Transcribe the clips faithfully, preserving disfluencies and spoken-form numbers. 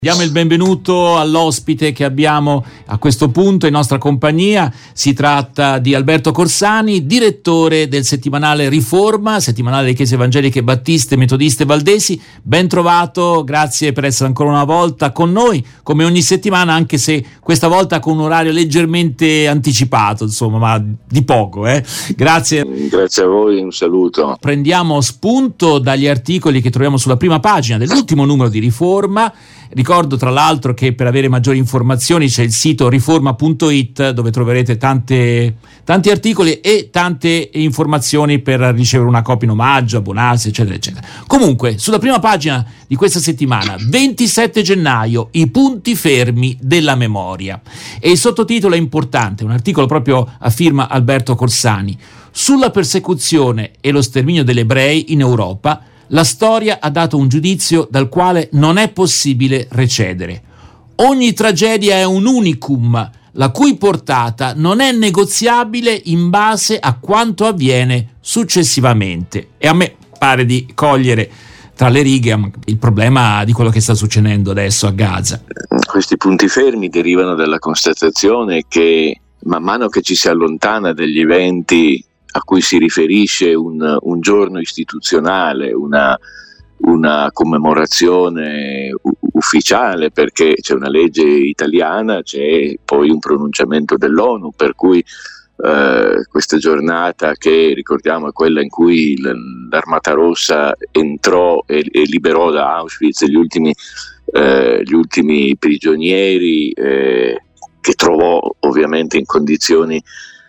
Diamo il benvenuto all'ospite che abbiamo a questo punto in nostra compagnia. Si tratta di Alberto Corsani, direttore del settimanale Riforma, settimanale delle Chiese Evangeliche Battiste, Metodiste e Valdesi. Ben trovato, grazie per essere ancora una volta con noi, come ogni settimana, anche se questa volta con un orario leggermente anticipato, insomma, ma di poco. Eh. Grazie. Grazie a voi, un saluto. Prendiamo spunto dagli articoli che troviamo sulla prima pagina dell'ultimo numero di Riforma. Ricordo tra l'altro che per avere maggiori informazioni c'è il sito riforma punto it, dove troverete tante, tanti articoli e tante informazioni per ricevere una copia in omaggio, abbonarsi, eccetera, eccetera. Comunque, sulla prima pagina di questa settimana, ventisette gennaio, i punti fermi della memoria. E il sottotitolo è importante, un articolo proprio a firma Alberto Corsani. Sulla persecuzione e lo sterminio degli ebrei in Europa, la storia ha dato un giudizio dal quale non è possibile recedere. Ogni tragedia è un unicum, la cui portata non è negoziabile in base a quanto avviene successivamente. E a me pare di cogliere tra le righe il problema di quello che sta succedendo adesso a Gaza. Questi punti fermi derivano dalla constatazione che man mano che ci si allontana dagli eventi a cui si riferisce un, un giorno istituzionale, una, una commemorazione u- ufficiale, perché c'è una legge italiana, c'è poi un pronunciamento dell'ONU, per cui eh, questa giornata, che ricordiamo è quella in cui l- l'Armata Rossa entrò e, e liberò da Auschwitz gli ultimi, eh, gli ultimi prigionieri, eh, che trovò ovviamente in condizioni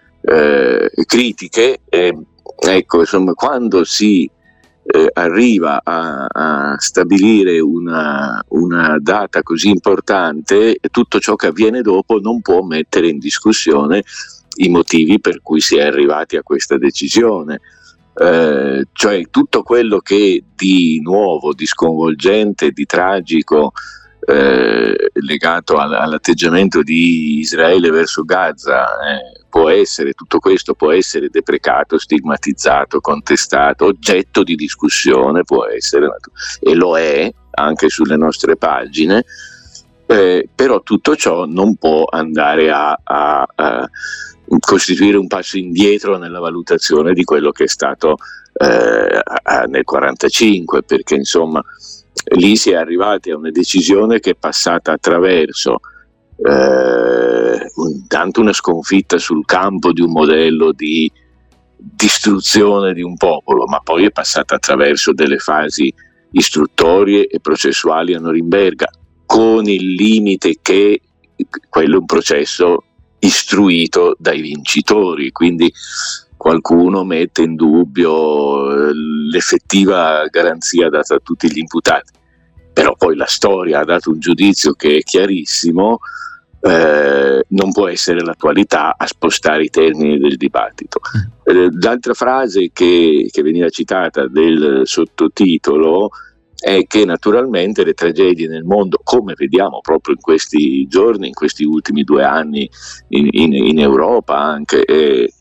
Eh, critiche, eh, ecco, insomma, quando si eh, arriva a, a stabilire una, una data così importante, tutto ciò che avviene dopo non può mettere in discussione i motivi per cui si è arrivati a questa decisione. Eh, cioè tutto quello che di nuovo, di sconvolgente, di tragico Eh, legato all- all'atteggiamento di Israele verso Gaza, eh, può essere, tutto questo può essere deprecato, stigmatizzato, contestato, oggetto di discussione, può essere, e lo è anche sulle nostre pagine, eh, però tutto ciò non può andare a, a, a costituire un passo indietro nella valutazione di quello che è stato eh, a, nel quarantacinque, perché insomma lì si è arrivati a una decisione che è passata attraverso eh, tanto una sconfitta sul campo di un modello di distruzione di un popolo, ma poi è passata attraverso delle fasi istruttorie e processuali a Norimberga, con il limite che quello è un processo istruito dai vincitori, quindi qualcuno mette in dubbio l'effettiva garanzia data a tutti gli imputati, però poi la storia ha dato un giudizio che è chiarissimo, eh, non può essere l'attualità a spostare i termini del dibattito. Eh, l'altra frase che, che veniva citata del sottotitolo è che naturalmente le tragedie nel mondo, come vediamo proprio in questi giorni, in questi ultimi due anni in, in, in Europa anche, eh,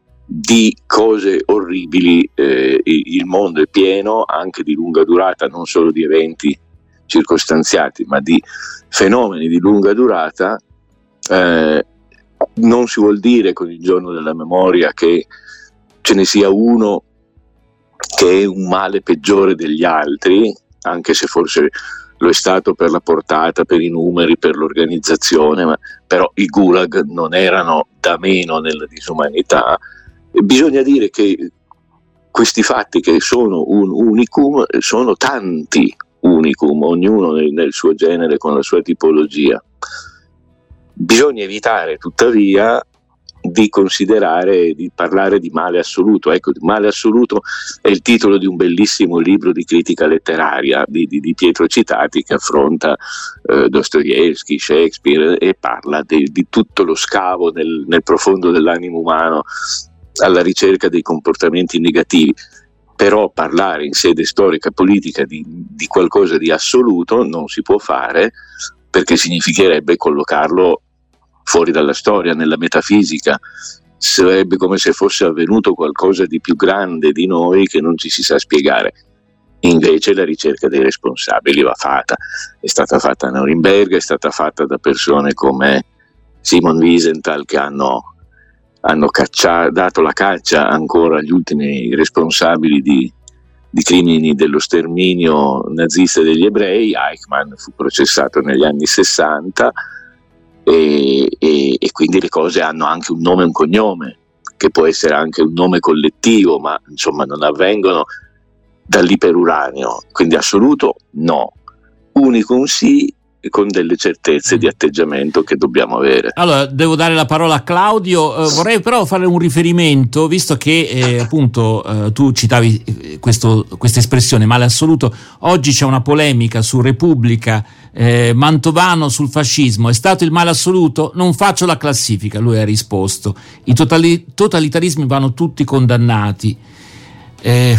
di cose orribili, eh, il mondo è pieno anche di lunga durata, non solo di eventi circostanziati, ma di fenomeni di lunga durata. Eh, non si vuol dire con il giorno della memoria che ce ne sia uno che è un male peggiore degli altri, anche se forse lo è stato per la portata, per i numeri, per l'organizzazione, ma però i gulag non erano da meno nella disumanità. Bisogna dire che questi fatti, che sono un unicum, sono tanti unicum, ognuno nel, nel suo genere, con la sua tipologia. Bisogna evitare tuttavia di considerare, di parlare di male assoluto. Ecco, male assoluto è il titolo di un bellissimo libro di critica letteraria di, di, di Pietro Citati, che affronta eh, Dostoevskij, Shakespeare, e parla de, di tutto lo scavo nel, nel profondo dell'animo umano alla ricerca dei comportamenti negativi. Però parlare in sede storica politica di, di qualcosa di assoluto non si può fare, perché significherebbe collocarlo fuori dalla storia, nella metafisica. Sarebbe come se fosse avvenuto qualcosa di più grande di noi che non ci si sa spiegare. Invece la ricerca dei responsabili va fatta, è stata fatta a Norimberga, è stata fatta da persone come Simon Wiesenthal, che hanno, hanno caccia, dato la caccia ancora agli ultimi responsabili di, di crimini dello sterminio nazista degli ebrei. Eichmann fu processato negli anni sessanta e, e, e quindi le cose hanno anche un nome e un cognome, che può essere anche un nome collettivo, ma insomma non avvengono dall'iperuranio, quindi assoluto no, unicum sì, con delle certezze di atteggiamento che dobbiamo avere. Allora, devo dare la parola a Claudio, eh, vorrei però fare un riferimento, visto che eh, appunto eh, tu citavi questo, questa espressione male assoluto. Oggi c'è una polemica su Repubblica, eh, Mantovano sul fascismo, è stato il male assoluto? Non faccio la classifica, lui ha risposto, i totali- totalitarismi vanno tutti condannati. eh,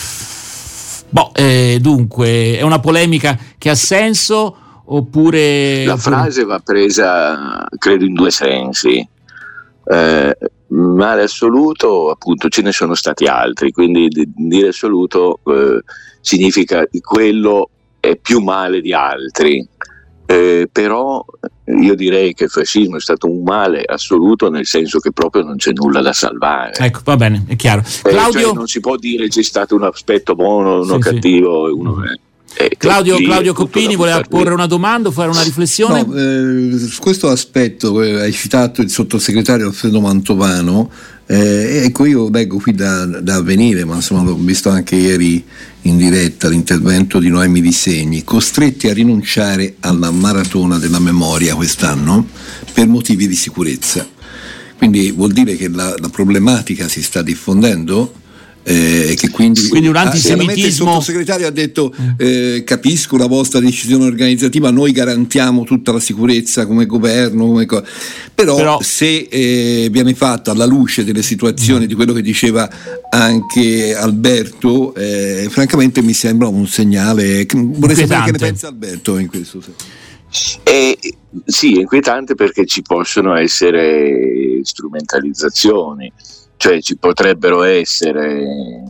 boh, eh, dunque è una polemica che ha senso, oppure la frase va presa credo in due sensi. Eh, male assoluto, appunto, ce ne sono stati altri, quindi dire assoluto eh, significa che quello è più male di altri, eh, però io direi che il fascismo è stato un male assoluto, nel senso che proprio non c'è nulla da salvare. Ecco, va bene, è chiaro. Eh, Claudio, cioè non si può dire c'è stato un aspetto buono, uno sì, cattivo sì. e uno è. Eh, Claudio, Claudio Coppini voleva porre una domanda, fare una riflessione? No, eh, su questo aspetto eh, hai citato il sottosegretario Alfredo Mantovano. Eh, ecco, io leggo qui da, da Avvenire, ma insomma l'ho visto anche ieri in diretta, l'intervento di Noemi Di Segni, costretti a rinunciare alla maratona della memoria quest'anno per motivi di sicurezza. Quindi vuol dire che la, la problematica si sta diffondendo. Eh, che quindi, quindi un antisemitismo. Il sottosegretario ha detto eh, capisco la vostra decisione organizzativa, noi garantiamo tutta la sicurezza come governo, come co- però, però se eh, viene fatta alla luce delle situazioni, mm. di quello che diceva anche Alberto, eh, francamente mi sembra un segnale. Vorrei sapere che ne pensa Alberto in questo senso. Eh, sì, è inquietante perché ci possono essere strumentalizzazioni. Cioè ci potrebbero essere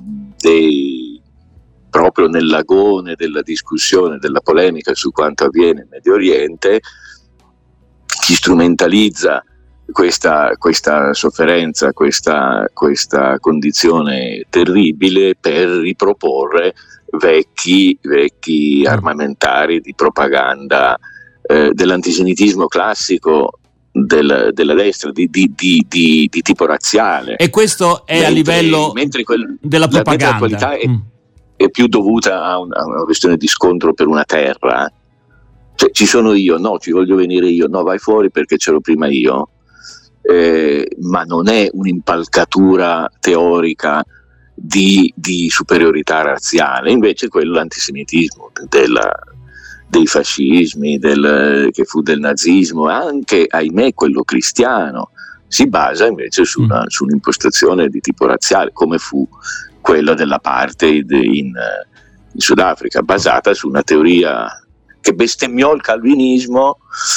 dei, proprio nel lagone della discussione, della polemica su quanto avviene in Medio Oriente, chi strumentalizza questa, questa sofferenza, questa, questa condizione terribile per riproporre vecchi, vecchi armamentari di propaganda eh, dell'antisemitismo classico Del, della destra di, di, di, di, di tipo razziale, e questo è mentre, a livello mentre quel, della propaganda la qualità è, mm. è più dovuta a, un, a una questione di scontro per una terra, cioè ci sono io, no, ci voglio venire io, no, vai fuori perché c'ero prima io, eh, ma non è un'impalcatura teorica di, di superiorità razziale, invece quello l'antisemitismo della dei fascismi, del, che fu del nazismo, anche, ahimè, quello cristiano, si basa invece su, una, su un'impostazione di tipo razziale, come fu quella dell'apartheid in, in Sudafrica, basata su una teoria che bestemmiò il calvinismo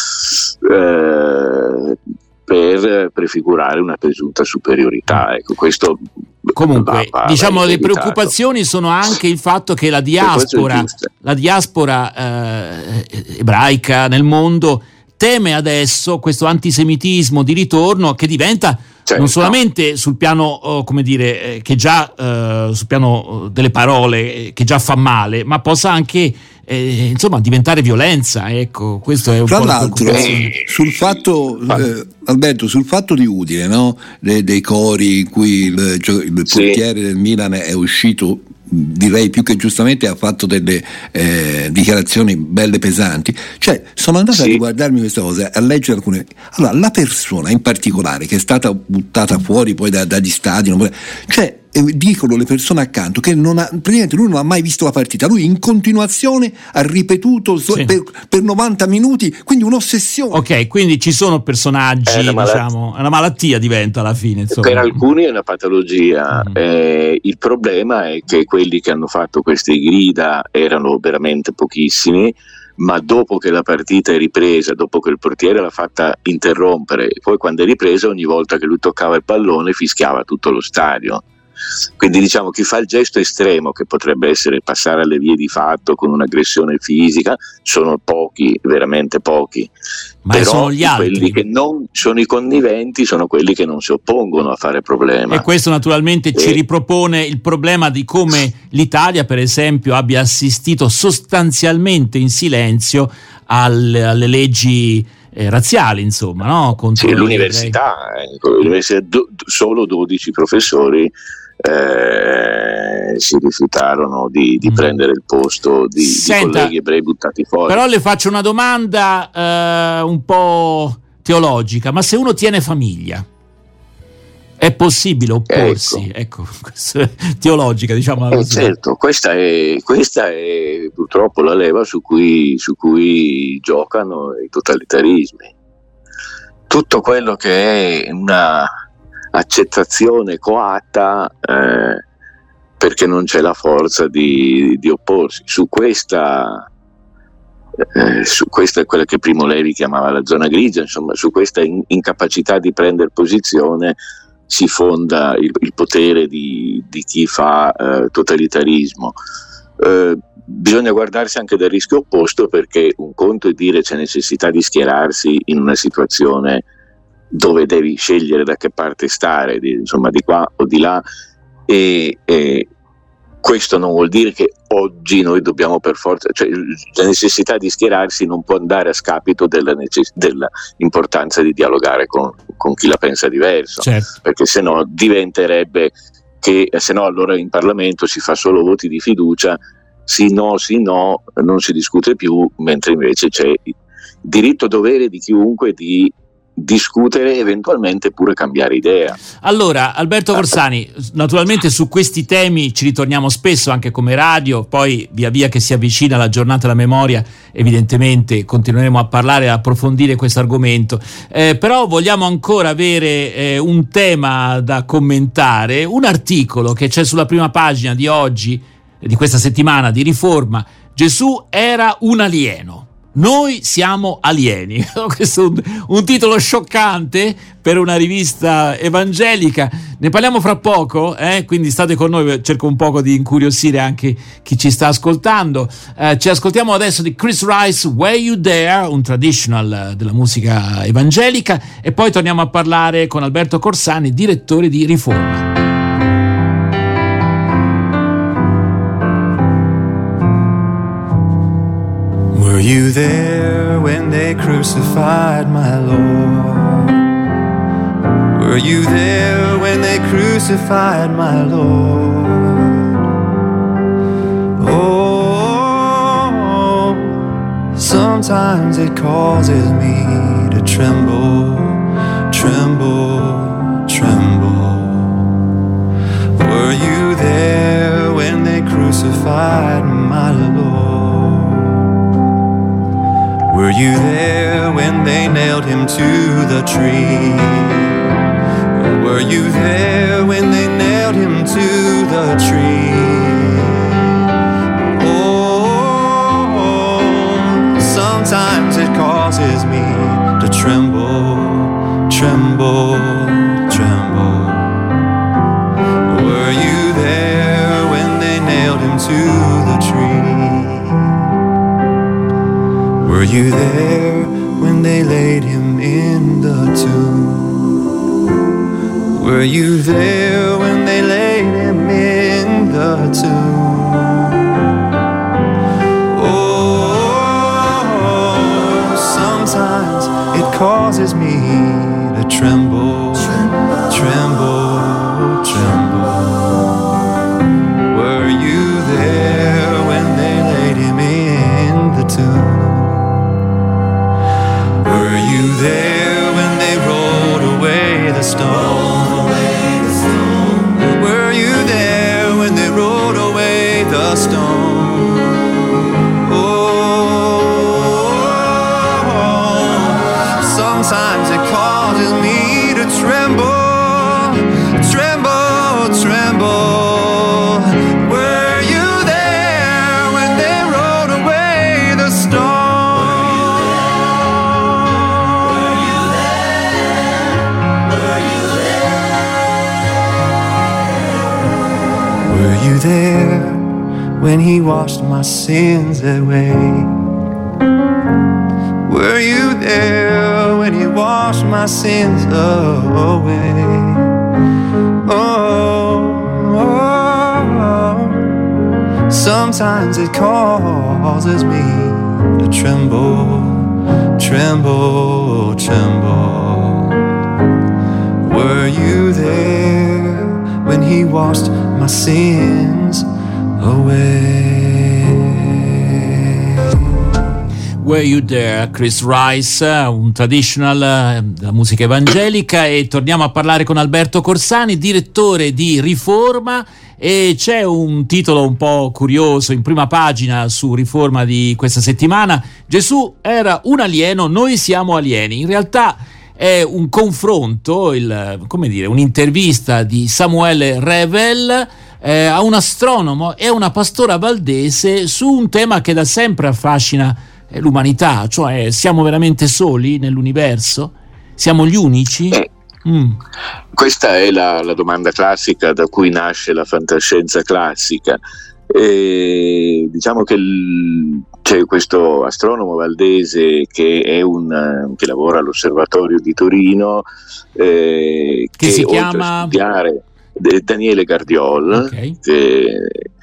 eh, per prefigurare una presunta superiorità. Ecco, questo comunque va, va, diciamo va le preoccupazioni sono anche il fatto che la diaspora la diaspora eh, ebraica nel mondo teme adesso questo antisemitismo di ritorno, che diventa certo. non solamente sul piano oh, come dire eh, che già eh, sul piano delle parole eh, che già fa male, ma possa anche eh, insomma diventare violenza. Ecco, questo è un Tra po' l'altro eh, sul fatto eh, Alberto, sul fatto di Udine, no? De, dei cori in cui il, il portiere sì. del Milan è uscito, direi più che giustamente, ha fatto delle eh, dichiarazioni belle pesanti. Cioè sono andato sì. a riguardarmi questa cosa, a leggere alcune. Allora la persona in particolare che è stata buttata fuori poi da, dagli stadi, non... cioè dicono le persone accanto che non ha, praticamente lui non ha mai visto la partita, lui in continuazione ha ripetuto sì. per, per novanta minuti, quindi un'ossessione. Ok, quindi ci sono personaggi, è una diciamo, è una malattia diventa alla fine. Insomma. Per alcuni è una patologia, mm. eh, il problema è che quelli che hanno fatto queste grida erano veramente pochissimi, ma dopo che la partita è ripresa, dopo che il portiere l'ha fatta interrompere, poi quando è ripresa ogni volta che lui toccava il pallone fischiava tutto lo stadio. Quindi diciamo chi fa il gesto estremo, che potrebbe essere passare alle vie di fatto con un'aggressione fisica, sono pochi, veramente pochi. Ma però sono gli altri. Quelli che non sono i conniventi sono quelli che non si oppongono a fare problema. E questo naturalmente e... ci ripropone il problema di come l'Italia, per esempio, abbia assistito sostanzialmente in silenzio alle, alle leggi eh, razziali, insomma, no? Contro sì, l'università, eh, l'università do, solo dodici professori Eh, si rifiutarono di, di mm. prendere il posto di, Senta, di colleghi ebrei buttati fuori. Però le faccio una domanda eh, un po' teologica: ma se uno tiene famiglia, è possibile opporsi? Ecco, ecco teologica, diciamo. Eh, certo, questa è, questa è purtroppo la leva su cui, su cui giocano i totalitarismi. Tutto quello che è una accettazione coatta eh, perché non c'è la forza di, di opporsi. Su questa, eh, su questa è quella che Primo Levi chiamava la zona grigia, insomma, su questa in, incapacità di prendere posizione si fonda il, il potere di, di chi fa eh, totalitarismo. Eh, bisogna guardarsi anche dal rischio opposto, perché un conto è dire c'è necessità di schierarsi in una situazione dove devi scegliere da che parte stare, di, insomma di qua o di là, e, e questo non vuol dire che oggi noi dobbiamo per forza, cioè la necessità di schierarsi non può andare a scapito della, necess- dell'importanza di dialogare con, con chi la pensa diverso, certo. Perché se no diventerebbe che se no allora in Parlamento si fa solo voti di fiducia, sì no, sì no, non si discute più, mentre invece c'è il diritto dovere di chiunque di discutere, eventualmente pure cambiare idea. Allora, Alberto Corsani, naturalmente su questi temi ci ritorniamo spesso anche come radio, poi via via che si avvicina la giornata della memoria evidentemente continueremo a parlare e a approfondire questo argomento, eh, però vogliamo ancora avere eh, un tema da commentare, un articolo che c'è sulla prima pagina di oggi, di questa settimana di Riforma: Gesù era un alieno. Noi siamo alieni. Questo è un, un titolo scioccante per una rivista evangelica. Ne parliamo fra poco, eh? Quindi state con noi, cerco un poco di incuriosire anche chi ci sta ascoltando. Eh, ci ascoltiamo adesso di Chris Rice, Were You There, un traditional della musica evangelica, e poi torniamo a parlare con Alberto Corsani, direttore di Riforma. Were you there when they crucified my Lord? Were you there when they crucified my Lord? Oh, sometimes it causes me to tremble, tremble, tremble. Were you there when they crucified my Lord? Were you there when they nailed him to the tree? Were you there when they nailed him to the tree? Oh, sometimes it causes me to tremble, tremble, tremble. Were you there when they nailed him to the tree? Were you there when they laid him in the tomb? Were you there when they laid him in the tomb? Oh, sometimes it causes me to tremble, tremble, tremble. Were you there when they laid him in the tomb? Were you there when they rolled away the stone? Were you there when they rolled away the stone? Oh, sometimes it causes me to tremble, tremble, tremble. Were you there when they rolled away the stone? there when he washed my sins away? Were you there when he washed my sins away? Oh, oh, oh. Sometimes it causes me to tremble, tremble, tremble. Were you there when he washed my sins away? Were You There, Chris Rice, un traditional della musica evangelica. E torniamo a parlare con Alberto Corsani, direttore di Riforma, e c'è un titolo un po' curioso in prima pagina su Riforma di questa settimana: Gesù era un alieno, noi siamo alieni. In realtà è un confronto, il, come dire, un'intervista di Samuele Revel eh, a un astronomo e a una pastora valdese su un tema che da sempre affascina l'umanità, cioè siamo veramente soli nell'universo? Siamo gli unici? Eh, mm. Questa è la, la domanda classica da cui nasce la fantascienza classica. E diciamo che il, c'è questo astronomo valdese che è un che lavora all'osservatorio di Torino, eh, che, che si oltre chiama a studiare Daniele Gardiol, okay. che,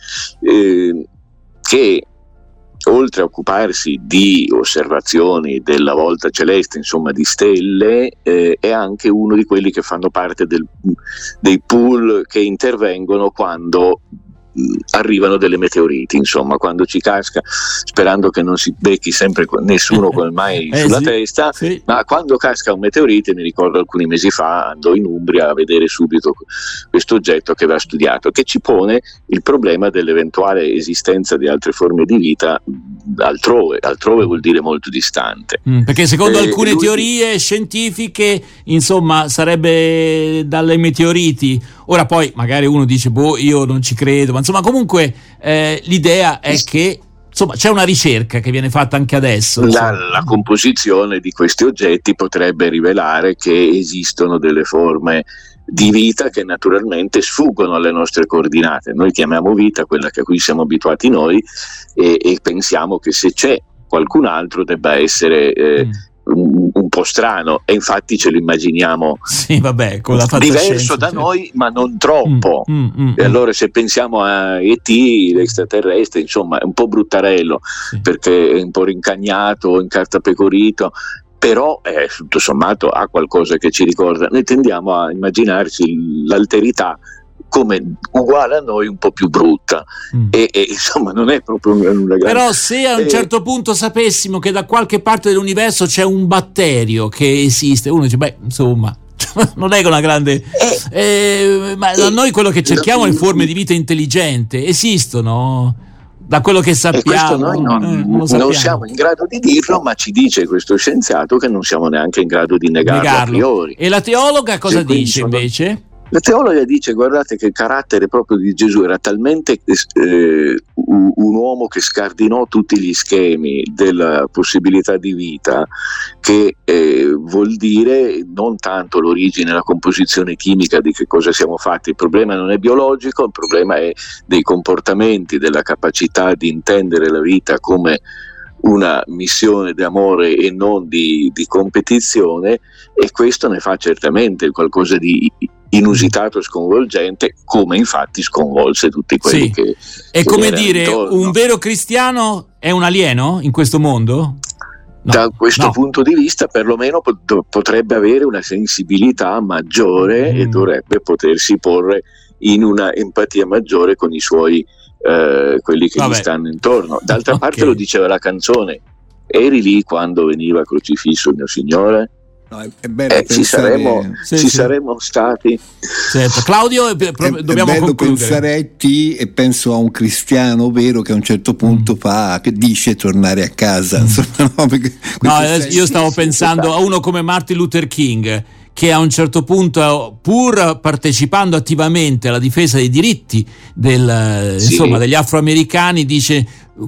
eh, che oltre a occuparsi di osservazioni della volta celeste, insomma di stelle, eh, è anche uno di quelli che fanno parte del, dei pool che intervengono quando arrivano delle meteoriti, insomma, quando ci casca, sperando che non si becchi sempre nessuno come mai eh sulla sì, testa, sì. Ma quando casca un meteorite, mi ricordo alcuni mesi fa andò in Umbria a vedere subito questo oggetto che va studiato, che ci pone il problema dell'eventuale esistenza di altre forme di vita altrove. Altrove vuol dire molto distante, mm, perché secondo eh, alcune lui... teorie scientifiche, insomma, sarebbe dalle meteoriti. Ora poi magari uno dice boh, io non ci credo, ma insomma comunque eh, l'idea è che insomma c'è una ricerca che viene fatta anche adesso. La, la composizione di questi oggetti potrebbe rivelare che esistono delle forme di vita che naturalmente sfuggono alle nostre coordinate. Noi chiamiamo vita quella a cui siamo abituati noi, e, e pensiamo che se c'è qualcun altro debba essere eh, mm. un, un po' strano, e infatti ce lo immaginiamo sì, vabbè, con la diverso da cioè. noi, ma non troppo. Mm, mm, mm, e allora se pensiamo a E T, l'extraterrestre, insomma è un po' bruttarello, sì. Perché è un po' rincagnato, incartapecorito, però eh, tutto sommato ha qualcosa che ci ricorda. Noi tendiamo a immaginarci l'alterità come uguale a noi, un po' più brutta, mm. e, e insomma non è proprio una, una grande... Però se a un eh, certo punto sapessimo che da qualche parte dell'universo c'è un batterio che esiste, uno dice beh insomma non è una grande eh, eh, ma eh, noi quello che cerchiamo è forme di vita intelligente, esistono da quello che sappiamo, e questo noi non, eh, non, non siamo in grado di dirlo, ma ci dice questo scienziato che non siamo neanche in grado di negarlo, negarlo. a priori. E la teologa cosa sì, dice sono... invece? La teologa dice: guardate che il carattere proprio di Gesù era talmente eh, un uomo che scardinò tutti gli schemi della possibilità di vita, che eh, vuol dire non tanto l'origine e la composizione chimica di che cosa siamo fatti. Il problema non è biologico, il problema è dei comportamenti, della capacità di intendere la vita come una missione di amore e non di, di competizione, e questo ne fa certamente qualcosa di inusitato, sconvolgente, come infatti sconvolse tutti quelli sì. che è che come dire intorno. Un vero cristiano è un alieno in questo mondo? No, da questo no. punto di vista perlomeno pot- potrebbe avere una sensibilità maggiore mm. e dovrebbe potersi porre in una empatia maggiore con i suoi eh, quelli che Vabbè. gli stanno intorno. D'altra okay. parte lo diceva la canzone: eri lì quando veniva crocifisso il mio Signore? No, è, è bello eh, pensare... ci saremmo, sì, ci sì. saremmo stati. Certo. Claudio, è, è, dobbiamo è bello concludere. pensare a T e penso a un cristiano vero che a un certo punto mm. fa, che dice tornare a casa. Mm. Insomma, no, perché no io stavo sì, pensando sì, a uno come Martin Luther King, che a un certo punto, pur partecipando attivamente alla difesa dei diritti del, sì. insomma, degli afroamericani, dice: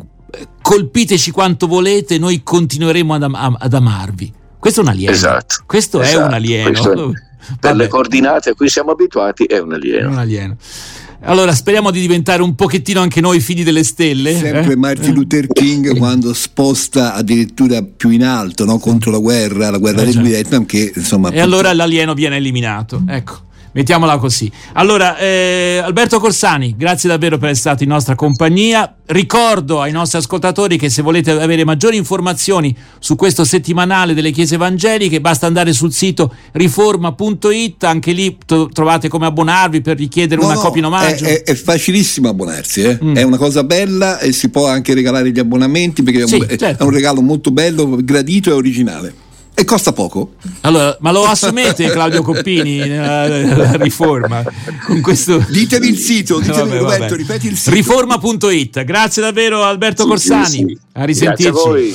colpiteci quanto volete, noi continueremo ad, am- ad amarvi. Questo è un alieno. Esatto. Questo esatto. è un alieno. Questo, per Vabbè. le coordinate a cui siamo abituati, è un alieno. È un alieno. Allora speriamo di diventare un pochettino anche noi figli delle stelle. Sempre eh? Martin Luther King quando sposta addirittura più in alto, no? Contro la guerra, la guerra eh, del certo. Vietnam, che insomma. E appunto... allora l'alieno viene eliminato. Ecco. Mettiamola così. Allora, eh, Alberto Corsani, grazie davvero per essere stato in nostra compagnia. Ricordo ai nostri ascoltatori che se volete avere maggiori informazioni su questo settimanale delle chiese evangeliche basta andare sul sito riforma punto it, anche lì to- trovate come abbonarvi per richiedere no, una no, copia in omaggio. È, è, è facilissimo abbonarsi, eh? Mm. È una cosa bella e si può anche regalare gli abbonamenti perché Sì, è, un, certo. è un regalo molto bello, gradito e originale. E costa poco. Allora, ma lo assumete Claudio Coppini nella, nella riforma? Con questo... Ditemi il sito, ditemi Vabbè, Roberto, vabbè. ripeti il sito. riforma punto it. Grazie davvero Alberto Sì, Corsani. sì, sì. A risentirci. Grazie a voi.